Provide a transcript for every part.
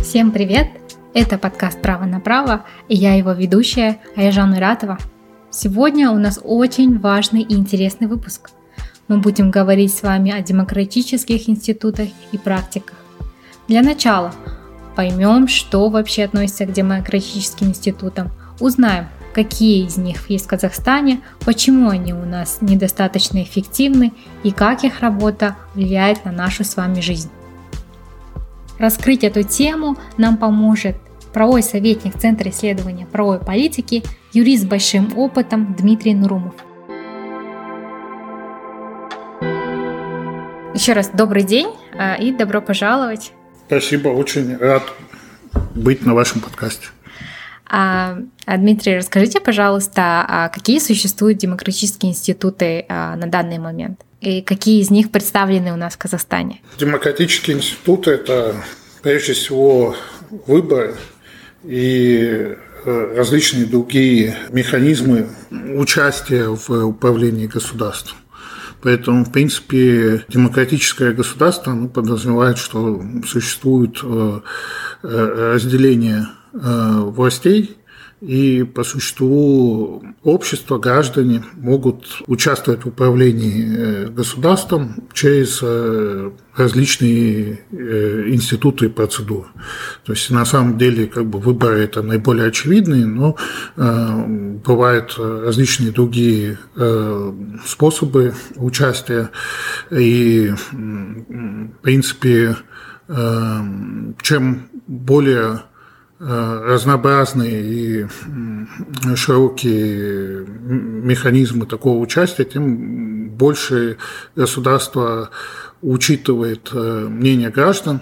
Всем привет! Это подкаст «Право на право» и я его ведущая Аяжан Иратова. Сегодня у нас очень важный и интересный выпуск. Мы будем говорить с вами о демократических институтах и практиках. Для начала поймем, что вообще относится к демократическим институтам, узнаем, какие из них есть в Казахстане, почему они у нас недостаточно эффективны и как их работа влияет на нашу с вами жизнь. Раскрыть эту тему нам поможет правовой советник Центра исследования правовой политики, юрист с большим опытом Дмитрий Нурумов. Еще раз добрый день и добро пожаловать. Спасибо, очень рад быть на вашем подкасте. Дмитрий, расскажите, пожалуйста, какие существуют демократические институты на данный момент? И какие из них представлены у нас в Казахстане? Демократические институты – это, прежде всего, выборы и различные другие механизмы участия в управлении государством. Поэтому, в принципе, демократическое государство подразумевает, что существует разделение властей, и по существу общество, граждане могут участвовать в управлении государством через различные институты и процедуры. То есть на самом деле выборы это наиболее очевидные, но бывают различные другие способы участия. И в принципе, чем более разнообразные и широкие механизмы такого участия, тем больше государство учитывает мнение граждан,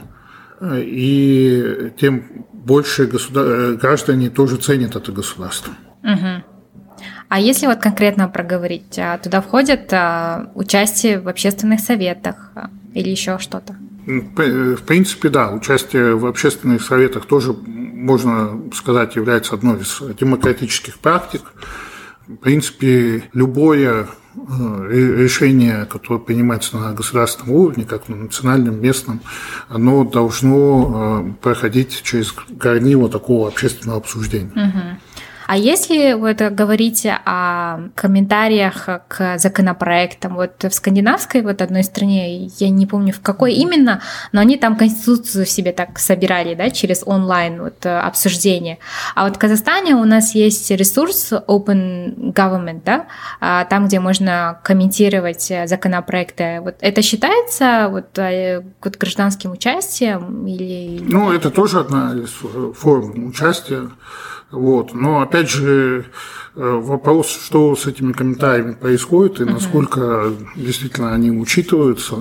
и тем больше граждане тоже ценят это государство. Угу. А если конкретно проговорить, туда входит участие в общественных советах или еще что-то? В принципе, да, участие в общественных советах тоже, можно сказать, является одной из демократических практик. В принципе, любое решение, которое принимается на государственном уровне, как на национальном, местном, оно должно проходить через горнило такого общественного обсуждения. Угу. А если говорить о комментариях к законопроектам, в скандинавской одной стране, я не помню в какой именно, но они там конституцию в себе так собирали, да, через онлайн обсуждение. А в Казахстане у нас есть ресурс Open Government, да, там, где можно комментировать законопроекты. Это считается гражданским участием или? Это тоже одна из форм участия. Но опять же вопрос, что с этими комментариями происходит и насколько действительно они учитываются.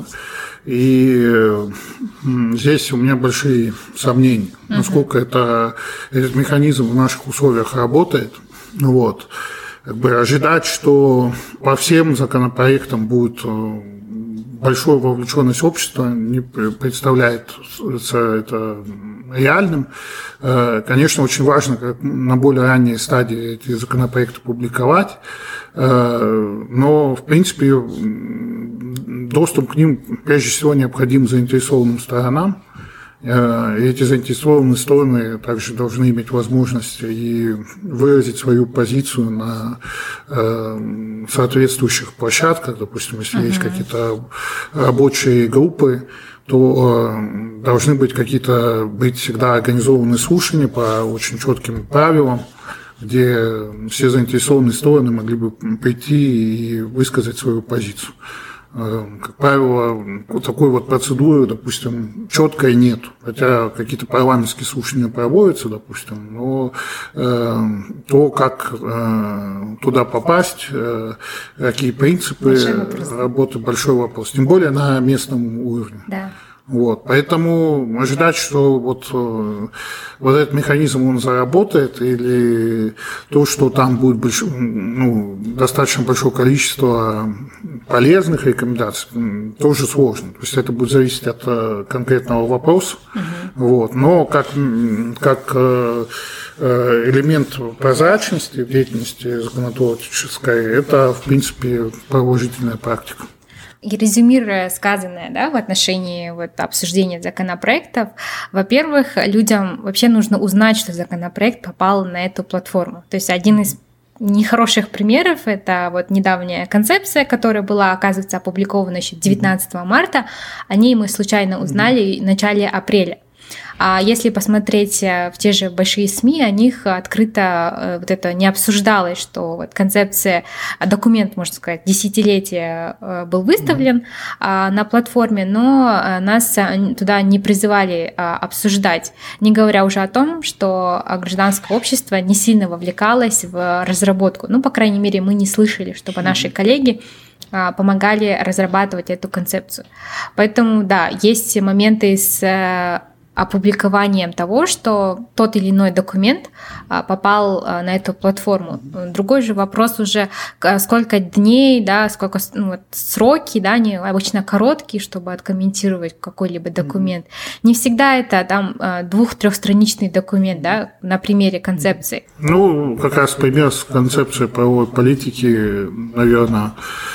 И здесь у меня большие сомнения, насколько этот механизм в наших условиях работает. Ожидать, что по всем законопроектам будет большая вовлеченность общества, не представляется это реальным. Конечно, очень важно на более ранней стадии эти законопроекты публиковать, но, в принципе, доступ к ним, прежде всего, необходим заинтересованным сторонам. И эти заинтересованные стороны также должны иметь возможность и выразить свою позицию на соответствующих площадках. Допустим, если есть какие-то рабочие группы, то должны быть всегда организованы слушания по очень четким правилам, где все заинтересованные стороны могли бы прийти и высказать свою позицию. Как правило, такой процедуры, допустим, четкой нет. Хотя какие-то парламентские слушания проводятся, допустим, но то, как туда попасть, какие принципы работы, большой вопрос. Тем более на местном уровне. Да. Поэтому ожидать, что этот механизм он заработает, или то, что там будет достаточно большое количество полезных рекомендаций, тоже сложно. То есть это будет зависеть от конкретного вопроса. Но как элемент прозрачности в деятельности законотворческой, это, в принципе, положительная практика. И резюмируя сказанное, да, в отношении обсуждения законопроектов, во-первых, людям вообще нужно узнать, что законопроект попал на эту платформу. То есть один из нехороших примеров — это недавняя концепция, которая была, оказывается, опубликована еще 19 марта. О ней мы случайно узнали в начале апреля. А если посмотреть в те же большие СМИ, о них открыто это не обсуждалось, что концепция, документ, можно сказать, десятилетия был выставлен на платформе, но нас туда не призывали обсуждать, не говоря уже о том, что гражданское общество не сильно вовлекалось в разработку. По крайней мере, мы не слышали, чтобы наши коллеги помогали разрабатывать эту концепцию. Поэтому, да, есть моменты с опубликованием того, что тот или иной документ попал на эту платформу. Другой же вопрос уже, сколько дней, да, сколько сроки, да, они обычно короткие, чтобы откомментировать какой-либо документ. Не всегда это там 2-3-страничный документ, да, на примере концепции. Как раз пример с концепцией правовой политики, наверное,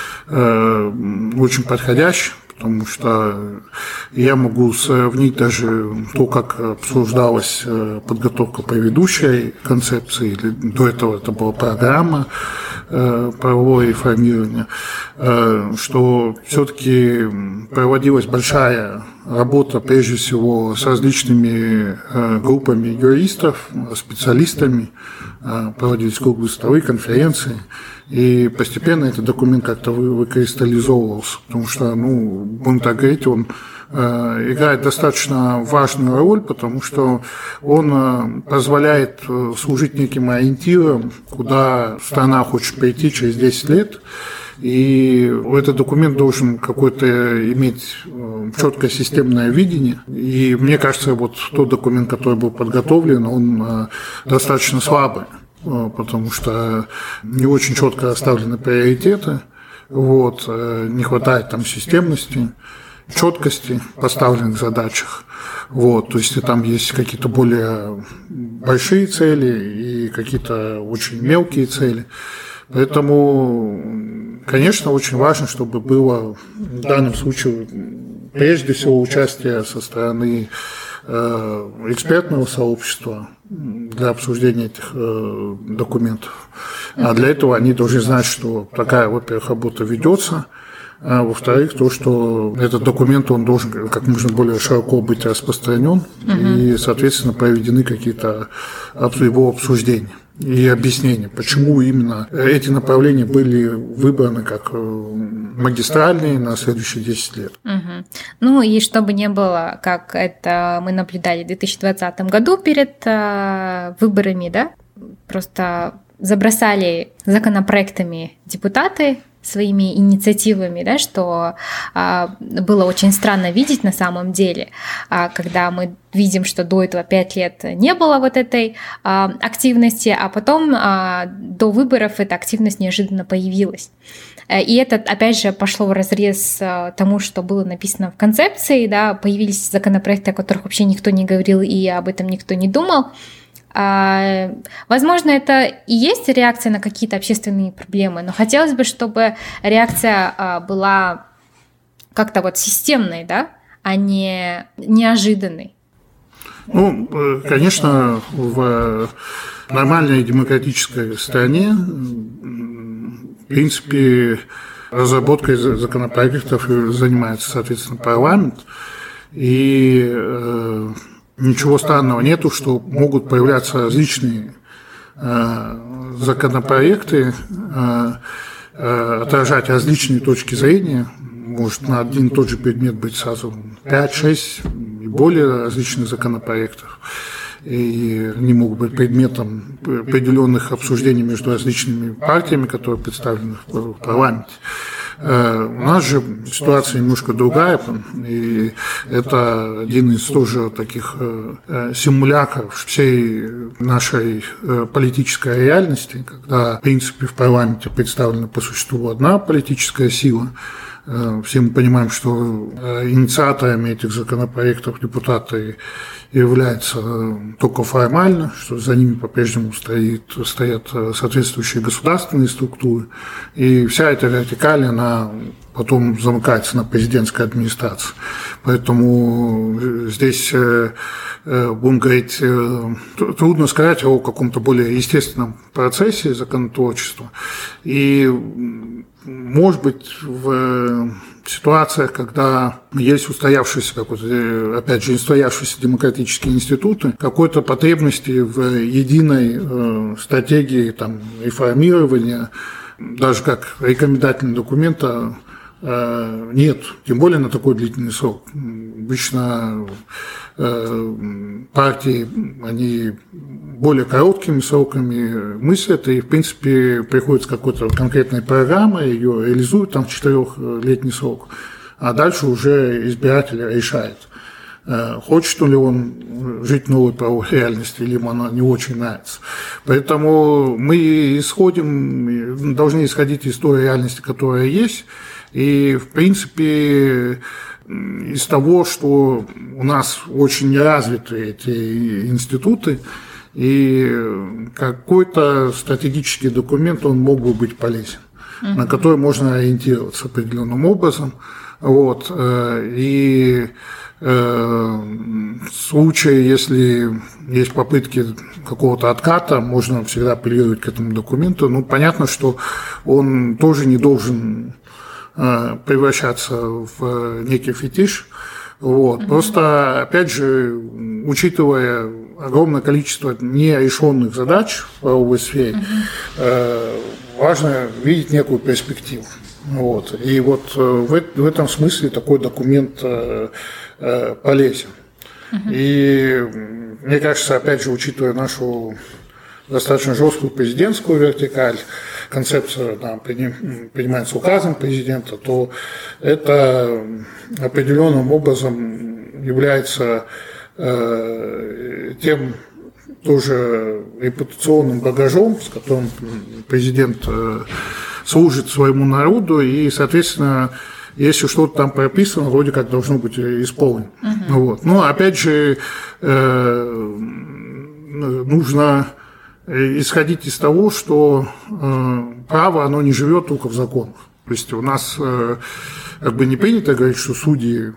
очень подходящий. Потому что я могу сравнить даже то, как обсуждалась подготовка предыдущей концепции, или до этого это была программа правового реформирования, что все-таки проводилась большая работа, прежде всего, с различными группами юристов, специалистами, проводились круглые столы, конференции. И постепенно этот документ как-то выкристаллизовывался, потому что, будем так говорить, он играет достаточно важную роль, потому что он позволяет служить неким ориентиром, куда страна хочет прийти через 10 лет. И этот документ должен какое-то иметь четкое системное видение. И мне кажется, тот документ, который был подготовлен, он достаточно слабый, потому что не очень четко расставлены приоритеты, не хватает там системности, четкости в поставленных задачах. То есть там есть какие-то более большие цели и какие-то очень мелкие цели. Поэтому, конечно, очень важно, чтобы было в данном случае прежде всего участие со стороны экспертного сообщества для обсуждения этих документов. А для этого они должны знать, что такая, во-первых, работа ведется, а во-вторых, то, что этот документ, он должен как можно более широко быть распространен, и, соответственно, проведены какие-то его обсуждения и объяснения, почему именно эти направления были выбраны как магистральные на следующие 10 лет. И чтобы не было, как это мы наблюдали в 2020 году перед выборами, да, просто забросали законопроектами депутаты своими инициативами, да, что было очень странно видеть на самом деле, когда мы видим, что до этого 5 лет не было этой активности, а потом до выборов эта активность неожиданно появилась. И это, опять же, пошло вразрез тому, что было написано в концепции, да, появились законопроекты, о которых вообще никто не говорил и об этом никто не думал. Возможно, это и есть реакция на какие-то общественные проблемы, но хотелось бы, чтобы реакция была как-то системной, да, а не неожиданной. Конечно, в нормальной демократической стране, в принципе, разработкой законопроектов занимается, соответственно, парламент, и ничего странного нету, что могут появляться различные законопроекты, отражать различные точки зрения. Может на один и тот же предмет быть сразу 5-6 и более различных законопроектов. И они могут быть предметом определенных обсуждений между различными партиями, которые представлены в парламенте. У нас же ситуация немножко другая, и это один из тоже таких симулякров всей нашей политической реальности, когда, в принципе, в парламенте представлена по существу одна политическая сила. Все мы понимаем, что инициаторами этих законопроектов депутаты являются только формально, что за ними по-прежнему стоят соответствующие государственные структуры. И вся эта вертикаль, она потом замыкается на президентской администрации. Поэтому здесь, будем говорить, трудно сказать о каком-то более естественном процессе законотворчества. И, может быть, в ситуациях, когда есть устоявшиеся, опять же, устоявшиеся демократические институты, какой-то потребности в единой стратегии реформирования, даже как рекомендательного документа, нет, тем более на такой длительный срок. Обычно партии, они более короткими сроками мыслят, и, в принципе, приходят с какой-то конкретной программой, ее реализуют в 4-летний срок, а дальше уже избиратель решает, хочет ли он жить в новой правовой реальности, или ему она не очень нравится. Поэтому мы должны исходить из той реальности, которая есть, и, в принципе, из того, что у нас очень развиты эти институты, и какой-то стратегический документ, он мог бы быть полезен, на который можно ориентироваться определенным образом. И в случае, если есть попытки какого-то отката, можно всегда апеллировать к этому документу. Понятно, что он тоже не должен превращаться в некий фетиш. Просто, опять же, учитывая огромное количество нерешенных задач в правовой сфере, важно видеть некую перспективу. И в этом смысле такой документ полезен. И мне кажется, опять же, учитывая нашу достаточно жесткую президентскую вертикаль, концепция принимается указом президента, то это определенным образом является тем тоже репутационным багажом, с которым президент служит своему народу, и, соответственно, если что-то там прописано, вроде как должно быть исполнено. Но, опять же, нужно исходить из того, что право, оно не живет только в законах. То есть у нас не принято говорить, что судьи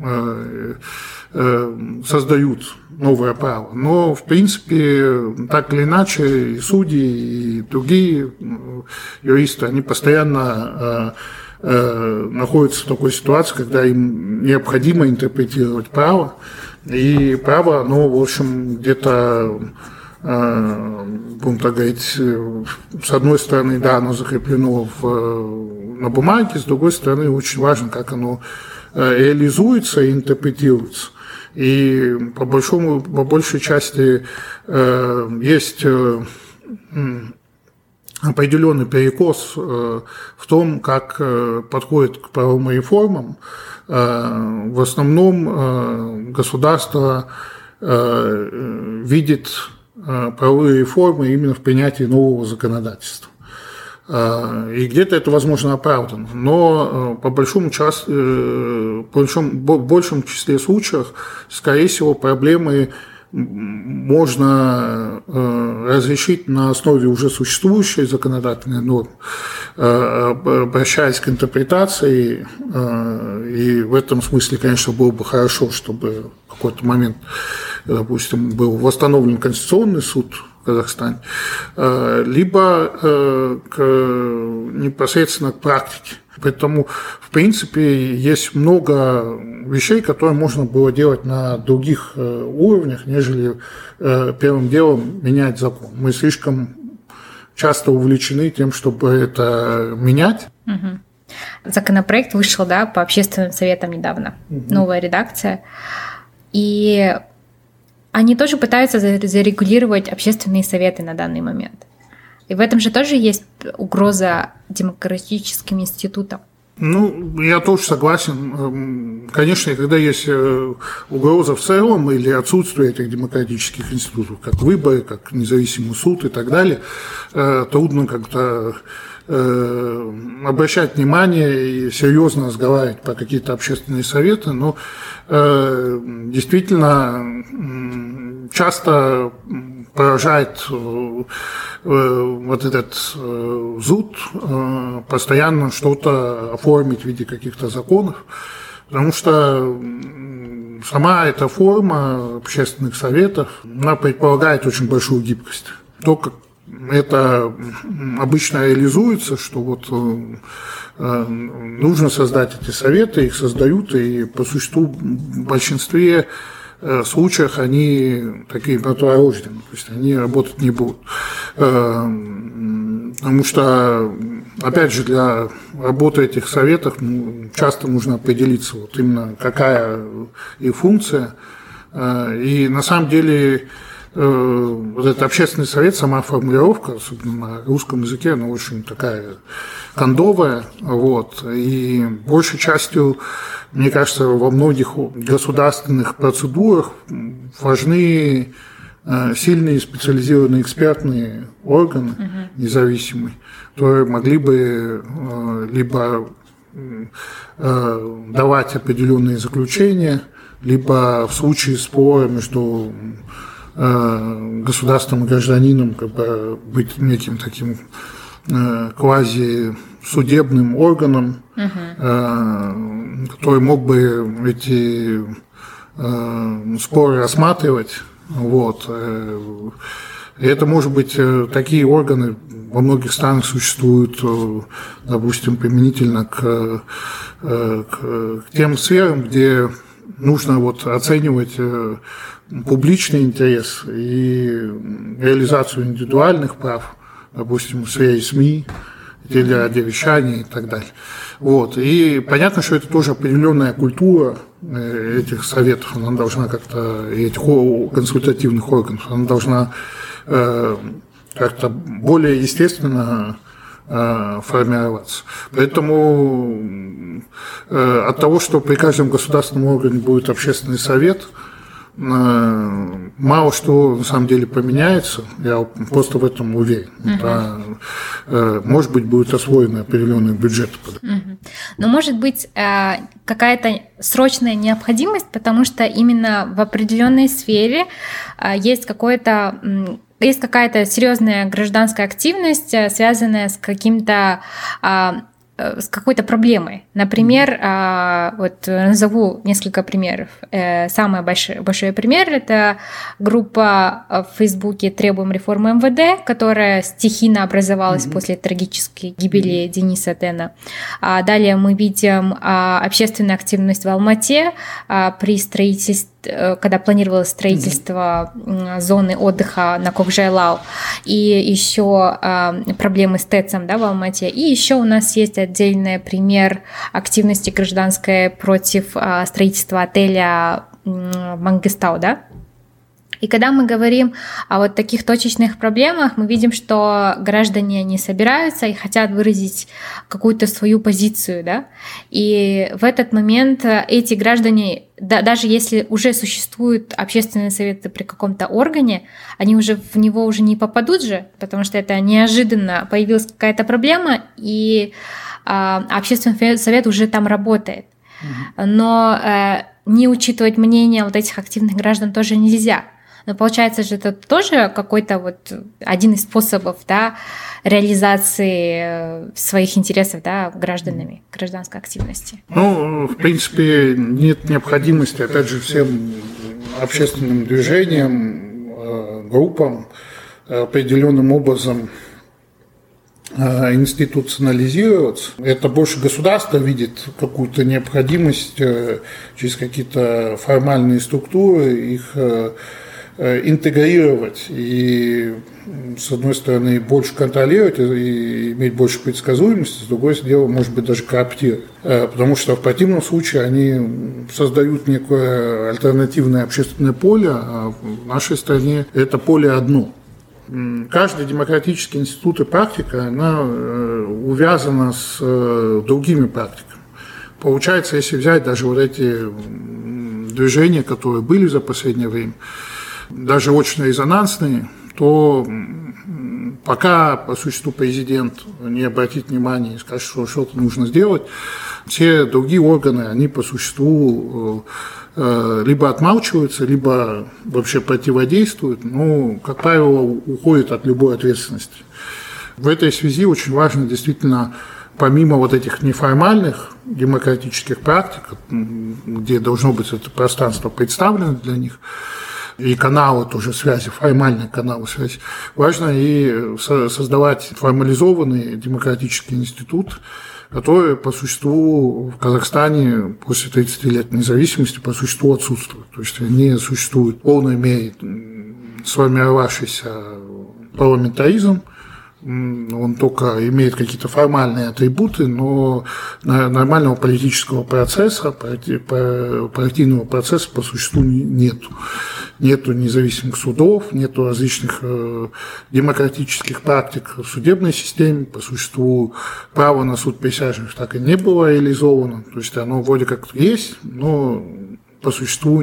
создают новое право. Но, в принципе, так или иначе, и судьи, и другие юристы, они постоянно находятся в такой ситуации, когда им необходимо интерпретировать право. И право, оно, в общем, где-то, будем так говорить, с одной стороны, да, оно закреплено на бумаге, с другой стороны, очень важно, как оно реализуется и интерпретируется. И по большей части есть определенный перекос в том, как подходит к правовым реформам. В основном государство видит правовые реформы именно в принятии нового законодательства. И где-то это, возможно, оправдано. Но в большем числе случаев, скорее всего, проблемы можно разрешить на основе уже существующей законодательной нормы, обращаясь к интерпретации. И в этом смысле, конечно, было бы хорошо, чтобы в какой-то момент, допустим, был восстановлен Конституционный суд в Казахстане, либо непосредственно к практике. Поэтому, в принципе, есть много вещей, которые можно было делать на других уровнях, нежели первым делом менять закон. Мы слишком часто увлечены тем, чтобы это менять. Законопроект вышел, да, по общественным советам недавно, новая редакция. И они тоже пытаются зарегулировать общественные советы на данный момент. И в этом же тоже есть угроза демократическим институтам. Я тоже согласен. Конечно, когда есть угроза в целом или отсутствие этих демократических институтов, как выборы, как независимый суд и так далее, трудно как-то обращать внимание и серьезно разговаривать про какие-то общественные советы, но действительно часто поражает вот этот зуд постоянно что-то оформить в виде каких-то законов, потому что сама эта форма общественных советов, она предполагает очень большую гибкость. То, как это обычно реализуется, что вот нужно создать эти советы, их создают, и по существу в большинстве случаях они такие мертворожденные, то есть они работать не будут. Потому что, опять же, для работы этих советов часто нужно определиться, вот именно какая их функция. И на самом деле вот этот общественный совет, сама формулировка, особенно на русском языке, она очень такая кондовая, вот, и большей частью, мне кажется, во многих государственных процедурах важны сильные специализированные экспертные органы, независимые, которые могли бы либо давать определенные заключения, либо в случае спора между государством и гражданином как бы быть неким таким квазисудебным органом, который мог бы эти споры рассматривать. Вот. И это, может быть, такие органы во многих странах существуют, допустим, применительно к тем сферам, где нужно вот оценивать публичный интерес и реализацию индивидуальных прав, допустим, в сфере СМИ, телерадиовещания и так далее. Вот. И понятно, что это тоже определенная культура этих советов, она должна как-то, этих консультативных органов, она должна как-то более естественно формироваться. Поэтому от того, что при каждом государственном органе будет общественный совет, мало что на самом деле поменяется, я просто в этом уверен. Это, может быть, будет освоен определенный бюджет. Но может быть какая-то срочная необходимость, потому что именно в определенной сфере есть какая-то серьезная гражданская активность, связанная с какой-то проблемой. Например, вот назову несколько примеров. Самый большой пример – это группа в Фейсбуке «Требуем реформы МВД», которая стихийно образовалась после трагической гибели Дениса Тена. Далее мы видим общественную активность в Алмате при строительстве, когда планировалось строительство зоны отдыха на Кокжайлау, и еще проблемы с ТЭЦом, да, в Алмате. И еще у нас есть отдельный пример активности гражданской против строительства отеля в Мангыстау, да. И когда мы говорим о вот таких точечных проблемах, мы видим, что граждане не собираются и хотят выразить какую-то свою позицию, да. И в этот момент эти граждане, даже если уже существуют общественные советы при каком-то органе, они уже в него уже не попадут же, потому что это неожиданно появилась какая-то проблема, и общественный совет уже там работает. Но не учитывать мнение вот этих активных граждан тоже нельзя. Но получается же, это тоже какой-то вот один из способов, да, реализации своих интересов, да, гражданами, гражданской активности. Ну, в принципе, нет необходимости, опять же, всем общественным движениям, группам определенным образом институционализироваться. Это больше государство видит какую-то необходимость через какие-то формальные структуры их интегрировать и, с одной стороны, больше контролировать и иметь больше предсказуемости, с другой стороны, может быть, даже кооптировать. Потому что в противном случае они создают некое альтернативное общественное поле, а в нашей стране это поле одно. Каждый демократический институт и практика, она увязана с другими практиками. Получается, если взять даже вот эти движения, которые были за последнее время, даже очень резонансные, то пока по существу президент не обратит внимания и скажет, что что-то нужно сделать, все другие органы, они по существу либо отмалчиваются, либо вообще противодействуют, но, как правило, уходят от любой ответственности. В этой связи очень важно действительно, помимо вот этих неформальных демократических практик, где должно быть это пространство представлено для них, и каналы тоже связи, формальные каналы связи, важно и создавать формализованный демократический институт, который по существу в Казахстане после 30 лет независимости по существу отсутствует. То есть не существует в полной мере сформировавшийся парламентаризм, он только имеет какие-то формальные атрибуты, но нормального политического процесса, партийного процесса по существу нету. Нету независимых судов, нету различных демократических практик в судебной системе. По существу право на суд присяжных так и не было реализовано. То есть оно вроде как есть, но по существу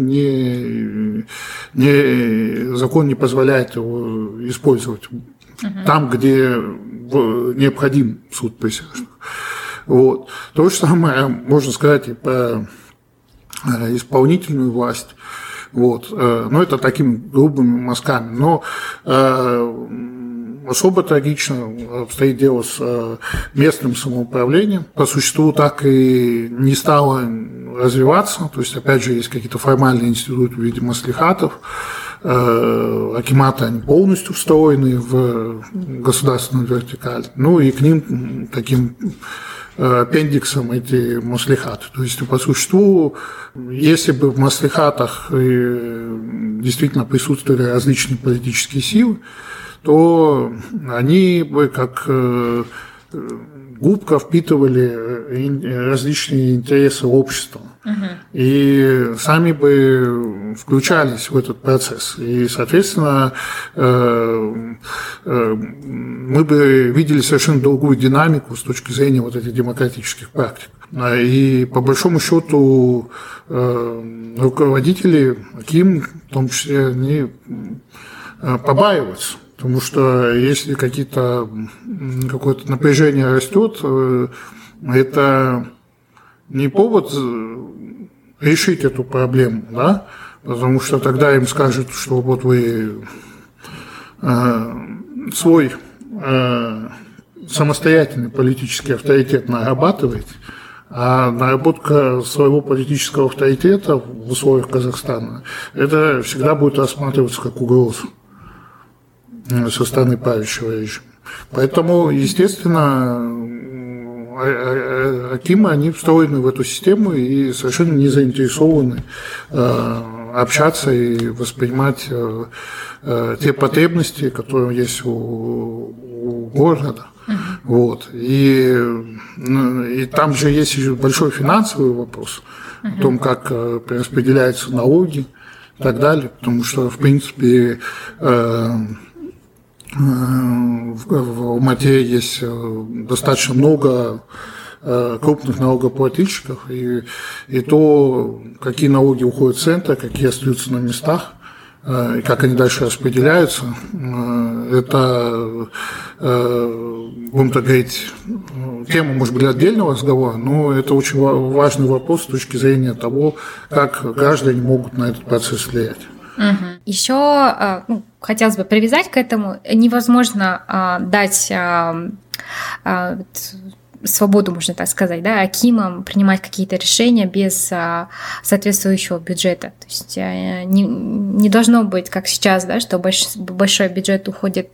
закон не позволяет его использовать там, где необходим суд присяжных. Вот. То же самое можно сказать и про исполнительную власть. Вот. Но это такими грубыми мазками. Но особо трагично обстоит дело с местным самоуправлением. По существу так и не стало развиваться. То есть, опять же, есть какие-то формальные институты в виде маслихатов. Акиматы, они полностью встроены в государственную вертикаль. Ну и к ним таким аппендиксом эти маслихаты. То есть, по существу, если бы в маслихатах действительно присутствовали различные политические силы, то они бы как губка впитывали различные интересы общества. И сами бы включались в этот процесс. И, соответственно, мы бы видели совершенно другую динамику с точки зрения вот этих демократических практик. И, по большому счету, руководители КИМ, в том числе, они побаиваются. Потому что если какое-то напряжение растет, это не повод решить эту проблему, да? Потому что тогда им скажут, что вот вы свой самостоятельный политический авторитет нарабатываете, а наработка своего политического авторитета в условиях Казахстана, это всегда будет рассматриваться как угроза со стороны правящего режима. Поэтому, естественно, акимы, они встроены в эту систему и совершенно не заинтересованы общаться и воспринимать те потребности, которые есть у города. Вот. И там же есть еще большой финансовый вопрос о том, как распределяются налоги и так далее, потому что, в принципе, в Алмате есть достаточно много крупных налогоплательщиков, и то, какие налоги уходят в центр, какие остаются на местах, и как они дальше распределяются, это, будем так говорить, тема, может быть, для отдельного разговора, но это очень важный вопрос с точки зрения того, как граждане могут на этот процесс влиять. Еще хотелось бы привязать к этому. Невозможно дать свободу, можно так сказать, да, акимам принимать какие-то решения без соответствующего бюджета. То есть не должно быть, как сейчас, да, что большой бюджет уходит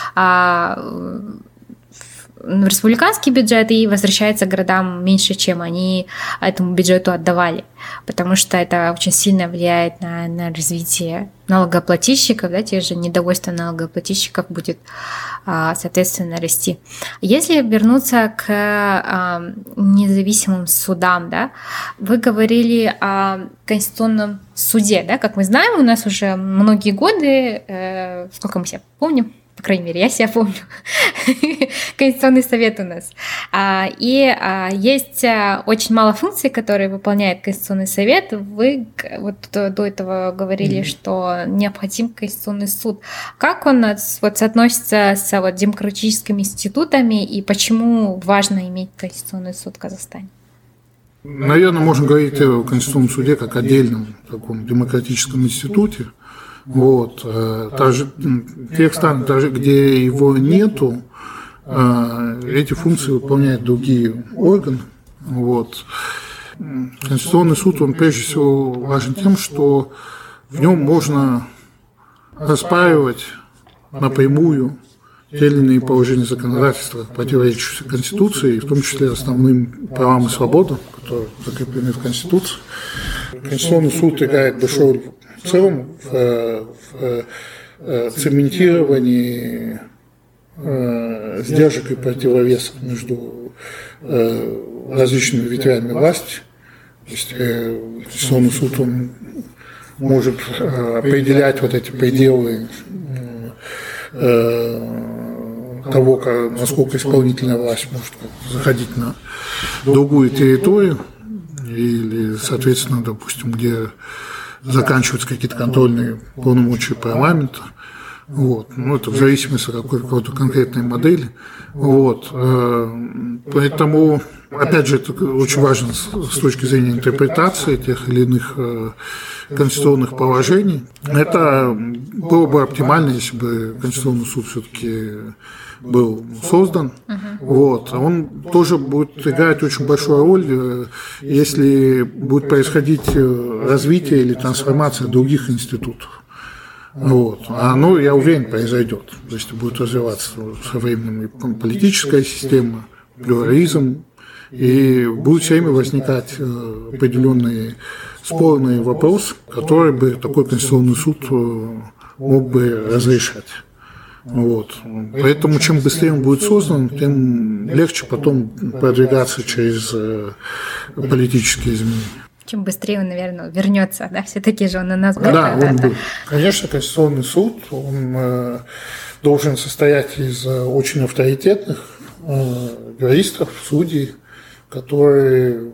в республиканский бюджет и возвращается городам меньше, чем они этому бюджету отдавали, потому что это очень сильно влияет на развитие налогоплательщиков, да, те же недовольство налогоплательщиков будет, соответственно, расти. Если вернуться к независимым судам, да, вы говорили о Конституционном суде, да, как мы знаем, у нас уже многие годы, сколько мы себя помним, по крайней мере, я себя помню, Конституционный совет у нас. И есть очень мало функций, которые выполняет Конституционный совет. Вы вот до этого говорили, что необходим Конституционный суд. Как он вот соотносится с вот демократическими институтами и почему важно иметь Конституционный суд в Казахстане? Наверное, можно говорить о Конституционном суде как отдельном таком демократическом институте. Вот. В тех странах, даже где его нету, эти функции выполняют другие органы. Вот. Конституционный суд, он прежде всего важен тем, что в нем можно оспаривать напрямую те или иные положения законодательства, противоречащие Конституции, в том числе основным правам и свободам, которые закреплены в Конституции. Конституционный суд играет большую роль в целом в цементировании сдержек и противовесов между различными ветвями власти. То есть Конституционный суд он может определять вот эти пределы того, насколько исполнительная власть может заходить на другую территорию или, соответственно, допустим, где заканчиваются какие-то контрольные полномочия парламента. Вот. Ну, это в зависимости от какой-то конкретной модели. Вот. Поэтому, опять же, это очень важно с точки зрения интерпретации тех или иных конституционных положений. Это было бы оптимально, если бы Конституционный суд все-таки был создан. Вот. Он тоже будет играть очень большую роль, если будет происходить развитие или трансформация других институтов. Вот. Оно, я уверен, произойдет, если будет развиваться со временем и политическая система, плюрализм, и будут все время возникать определенные спорные вопросы, которые бы такой Конституционный суд мог бы разрешать. Вот. Поэтому чем быстрее он будет создан, тем легче потом продвигаться через политические изменения. Чем быстрее он, наверное, вернется, да, все-таки же он на нас будет. Да, он будет. Конечно, Конституционный суд, он должен состоять из очень авторитетных юристов, судей, которые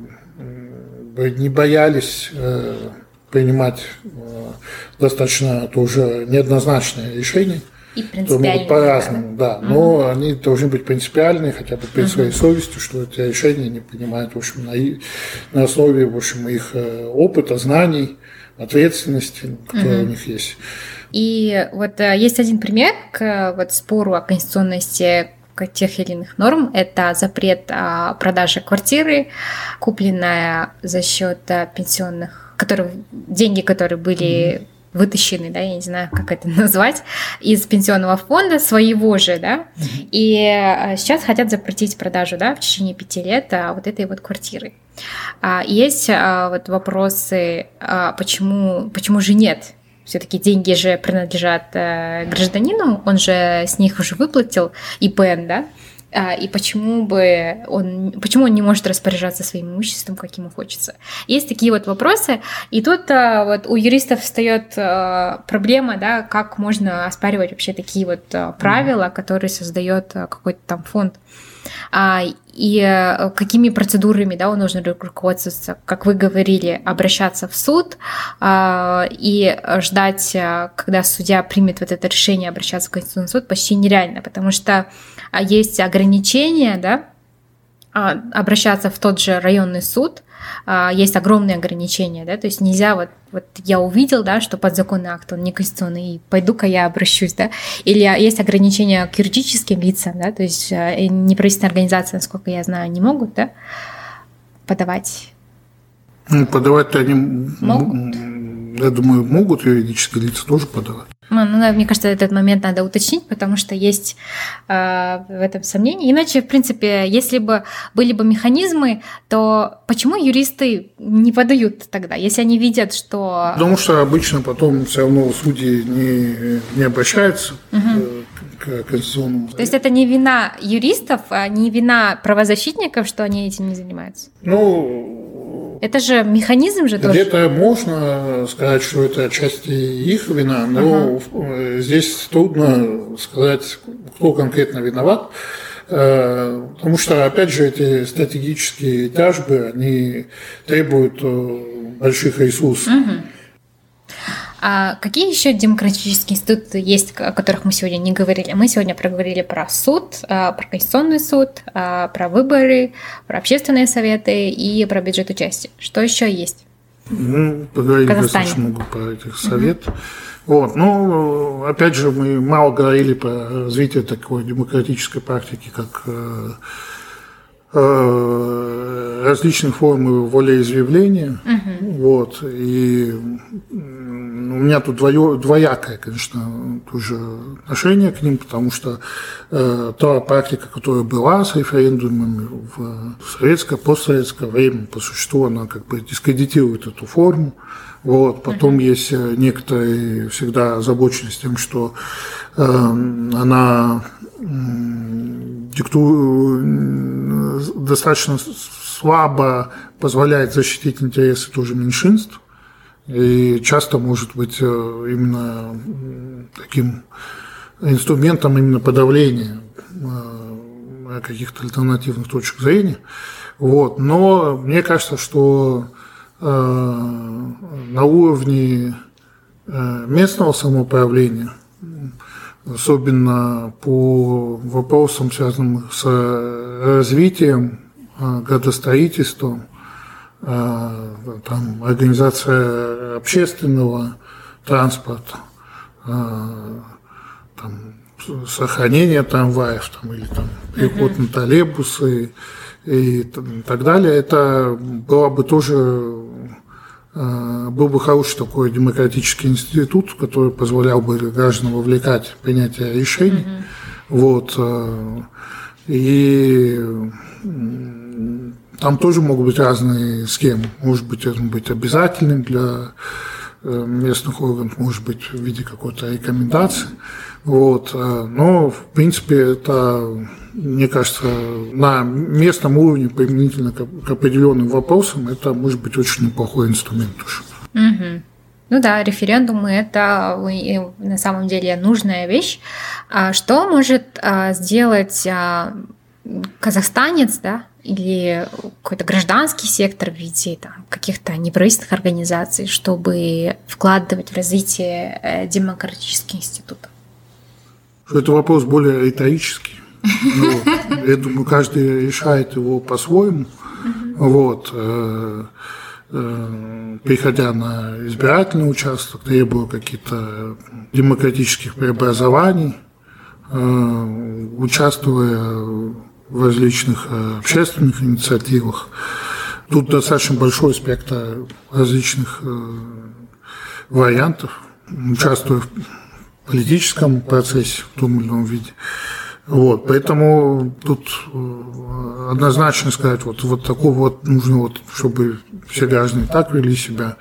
не боялись принимать достаточно тоже неоднозначные решения. И принципиальные. По-разному, да. Но они должны быть принципиальные, хотя бы перед своей совестью, что эти решения они принимают, в общем, на основе, в общем, их опыта, знаний, ответственности, которая у них есть. И вот есть один пример к вот спору о конституционности тех или иных норм. Это запрет продажи квартиры, купленная за счет пенсионных, деньги, которые были вытащены, да, я не знаю, как это назвать, из пенсионного фонда своего же, да, и сейчас хотят запретить продажу, да, в течение 5 лет вот этой вот квартиры. Есть вот вопросы, почему же нет? Все-таки деньги же принадлежат гражданину, он же с них уже выплатил ИПН, да, и почему он не может распоряжаться своим имуществом, как ему хочется. Есть такие вот вопросы, и тут вот у юристов встает проблема, да, как можно оспаривать вообще такие вот правила, которые создает какой-то там фонд. И какими процедурами, да, он должен руководствоваться, как вы говорили, обращаться в суд и ждать, когда судья примет вот это решение, обращаться в Конституционный суд, почти нереально, потому что есть ограничения, да, обращаться в тот же районный суд, есть огромные ограничения, да, то есть нельзя вот я увидел, да, что подзаконный акт, он неконституционный, и пойду-ка я обращусь, да, или есть ограничения к юридическим лицам, да, то есть неправительственные организации, насколько я знаю, не могут, да, подавать. Подавать-то они могут. Я думаю, могут юридические лица тоже подавать. Мне кажется, этот момент надо уточнить, потому что есть в этом сомнения. Иначе, в принципе, если бы были бы механизмы, то почему юристы не подают тогда, если они видят, что... Потому что обычно потом все равно судьи не обращаются к Конституционному. То есть это не вина юристов, а не вина правозащитников, что они этим не занимаются? Это же механизм же тоже. Где-то можно сказать, что это отчасти их вина, но здесь трудно сказать, кто конкретно виноват, потому что, опять же, эти стратегические тяжбы, они требуют больших ресурсов. А какие еще демократические институты есть, о которых мы сегодня не говорили? Мы сегодня проговорили про суд, про Конституционный суд, про выборы, про общественные советы и про бюджет участия. Что еще есть? Поговорили достаточно много про этих советов. Вот. Ну, опять же, мы мало говорили про развитие такой демократической практики, как различные формы волеизъявления. Вот. И у меня тут двоякое, конечно, тоже отношение к ним, потому что та практика, которая была с референдумами в советское, постсоветское время, по существу, она как бы дискредитирует эту форму. Вот. Потом есть некоторые всегда озабоченность тем, что она достаточно слабо позволяет защитить интересы тоже меньшинств и часто может быть именно таким инструментом именно подавления каких-то альтернативных точек зрения. Вот. Но мне кажется, что на уровне местного самоуправления, особенно по вопросам, связанным с развитием, градостроительством, там, организация общественного транспорта, там, сохранение трамваев там, или там, переход на троллейбусы и так далее, это было бы тоже был бы хороший такой демократический институт, который позволял бы гражданам вовлекать в принятие решений. Вот. И там тоже могут быть разные схемы. Может быть, это быть обязательным для местных органов, может быть, в виде какой-то рекомендации. Вот. Но, в принципе, это, мне кажется, на местном уровне, применительно к определенным вопросам, это может быть очень неплохой инструмент тоже. Ну да, референдумы – это на самом деле нужная вещь. Что может сделать казахстанец, да, или какой-то гражданский сектор в виде там, каких-то неправительственных организаций, чтобы вкладывать в развитие демократических институтов? Это вопрос более риторический. Я думаю, каждый решает его по-своему. Вот. Приходя на избирательный участок, требуя каких-то демократических преобразований, участвуя в различных общественных инициативах. Тут достаточно большой спектр различных вариантов, участвуя в политическом процессе в том или ином виде. Вот, поэтому тут однозначно сказать, вот такого вот нужно, вот, чтобы все граждане так вели себя,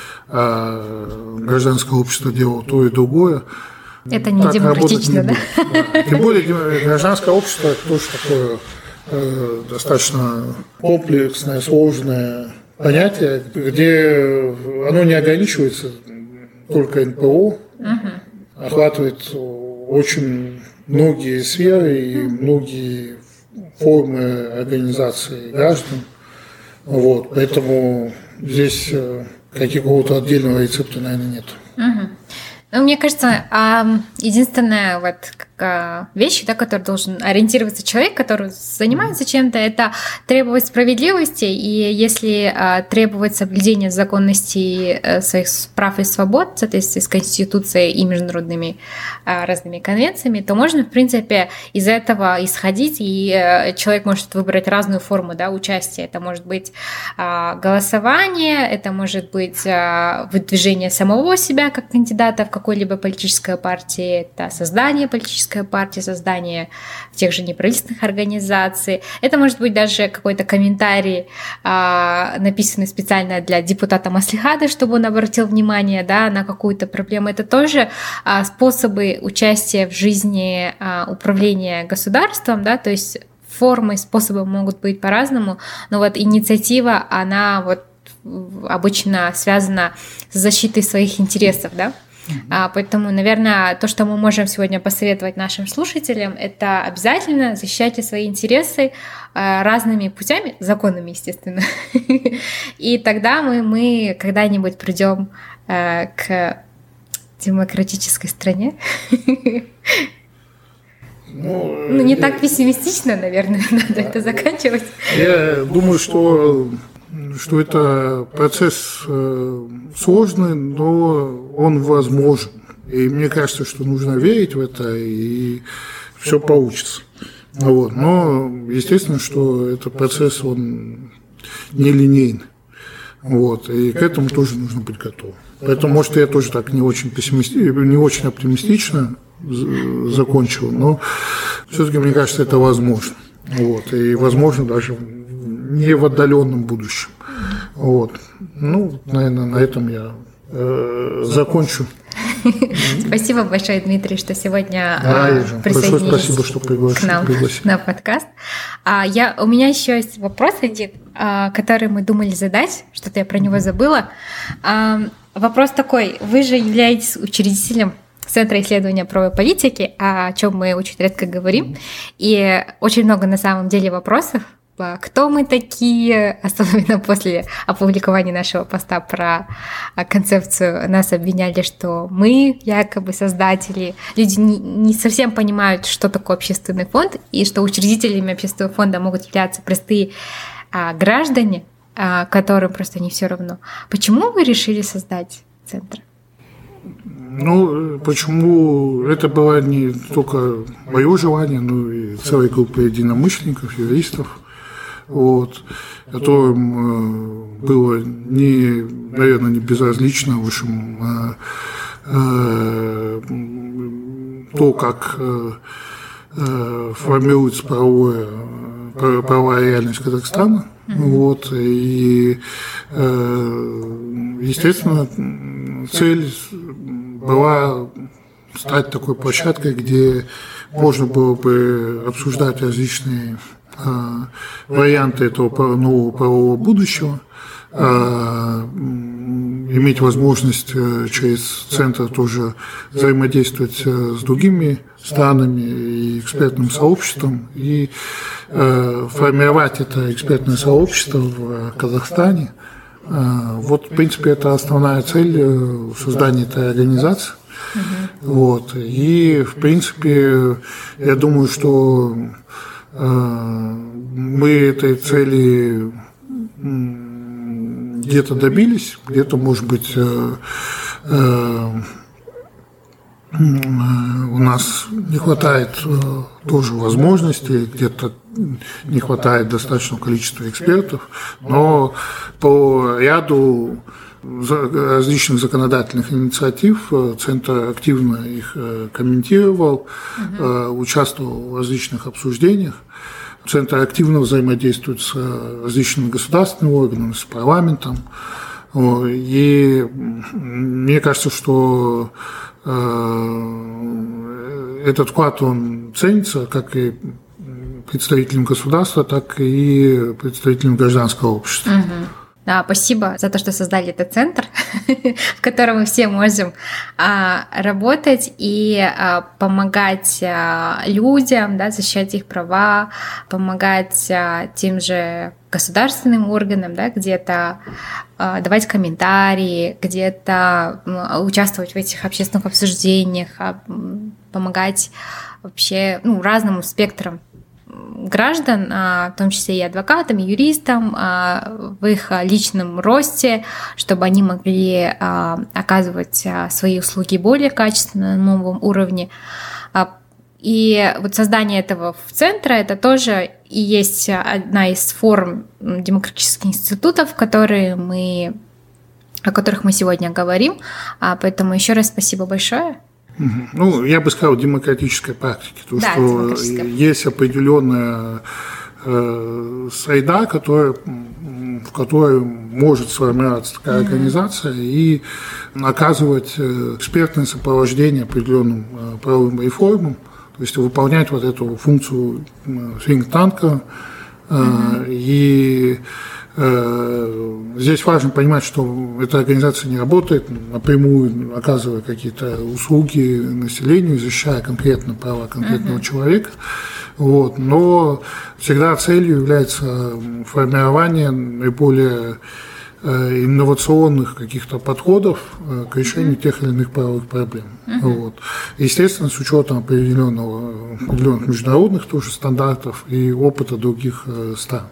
а гражданское общество делало то и другое. Это не демократично, да? Тем более гражданское общество – это тоже такое достаточно комплексное, сложное понятие, где оно не ограничивается только НПО, охватывает очень многие сферы и многие формы организации граждан. Вот, поэтому здесь какого-то отдельного рецепта, наверное, нет. Ну, мне кажется, единственная вещь, да, которой должен ориентироваться человек, который занимается чем-то, это требовать справедливости, и если требовать соблюдения законности своих прав и свобод в соответствии с Конституцией и международными разными конвенциями, то можно, в принципе, из этого исходить, и человек может выбрать разную форму, да, участия. Это может быть голосование, это может быть выдвижение самого себя как кандидата в какой-либо политической партии, это создание политической партии, создание тех же неправительственных организаций. Это может быть даже какой-то комментарий, написанный специально для депутата Маслихата, чтобы он обратил внимание, да, на какую-то проблему. Это тоже способы участия в жизни управления государством, да, то есть формы, способы могут быть по-разному, но вот инициатива, она вот обычно связана с защитой своих интересов, да. Поэтому, наверное, то, что мы можем сегодня посоветовать нашим слушателям, это обязательно защищайте свои интересы разными путями, законными, естественно. И тогда мы когда-нибудь придем к демократической стране? Не так пессимистично, наверное, надо это заканчивать. Я думаю, что это процесс сложный, но он возможен. И мне кажется, что нужно верить в это, и все получится. Вот. Но, естественно, что этот процесс, он нелинейный. Вот. И к этому тоже нужно быть готовым. Поэтому, может, я тоже так не очень оптимистично закончил, но все-таки, мне кажется, это возможно. Вот. И возможно даже не в отдаленном будущем. Вот. Наверное, на этом я закончу. Спасибо большое, Дмитрий, что сегодня присоединились спасибо, что к нам на подкаст. У меня еще есть вопрос один, который мы думали задать, что-то я про него забыла. Вопрос такой: вы же являетесь учредителем Центра исследования правовой политики, о чем мы очень редко говорим, и очень много на самом деле вопросов. Кто мы такие, особенно после опубликования нашего поста про концепцию, нас обвиняли, что мы якобы создатели. Люди не совсем понимают, что такое общественный фонд, и что учредителями общественного фонда могут являться простые граждане, которым просто не все равно. Почему вы решили создать центр? Почему это было не только мое желание, но и целой группы единомышленников, юристов, которым было наверное, не безразлично, в общем, то, как формируется правовая реальность Казахстана. И, естественно, цель была стать такой площадкой, где можно было бы обсуждать различные варианты этого нового правового будущего, иметь возможность через центр тоже взаимодействовать с другими странами и экспертным сообществом, и формировать это экспертное сообщество в Казахстане. В принципе, это основная цель создания этой организации. И, в принципе, я думаю, что мы этой цели где-то добились, где-то, может быть, у нас не хватает тоже возможностей, где-то не хватает достаточного количества экспертов, но по ряду различных законодательных инициатив Центр активно их комментировал, участвовал в различных обсуждениях. Центр активно взаимодействует с различными государственными органами, с парламентом. И мне кажется, что этот вклад, он ценится как и представителям государства, так и представителям гражданского общества. Да, спасибо за то, что создали этот центр, в котором мы все можем работать и помогать людям, да, защищать их права, помогать тем же государственным органам, да, где-то давать комментарии, где-то участвовать в этих общественных обсуждениях, помогать вообще разным спектрам граждан, в том числе и адвокатам, и юристам, в их личном росте, чтобы они могли оказывать свои услуги более качественно, на новом уровне. И вот создание этого центра — это тоже и есть одна из форм демократических институтов, о которых мы сегодня говорим. Поэтому еще раз спасибо большое. Я бы сказал, демократической практики, потому что есть определенная среда, в которой может сформироваться такая организация и оказывать экспертное сопровождение определенным правовым реформам, то есть выполнять вот эту функцию think-танка. И здесь важно понимать, что эта организация не работает напрямую, оказывая какие-то услуги населению, защищая конкретно права конкретного человека. Но всегда целью является формирование наиболее инновационных каких-то подходов к решению тех или иных правовых проблем. Вот. Естественно, с учетом определенных международных тоже стандартов и опыта других стран.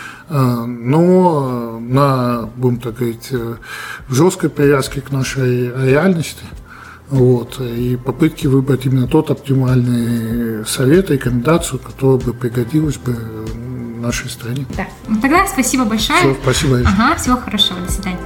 Но будем так говорить, жесткой привязки к нашей реальности, вот, и попытки выбрать именно тот оптимальный совет, рекомендацию, которая бы пригодилась бы нашей стране. Да. Ну, тогда спасибо большое. Все, спасибо. Ага, всего хорошего. До свидания.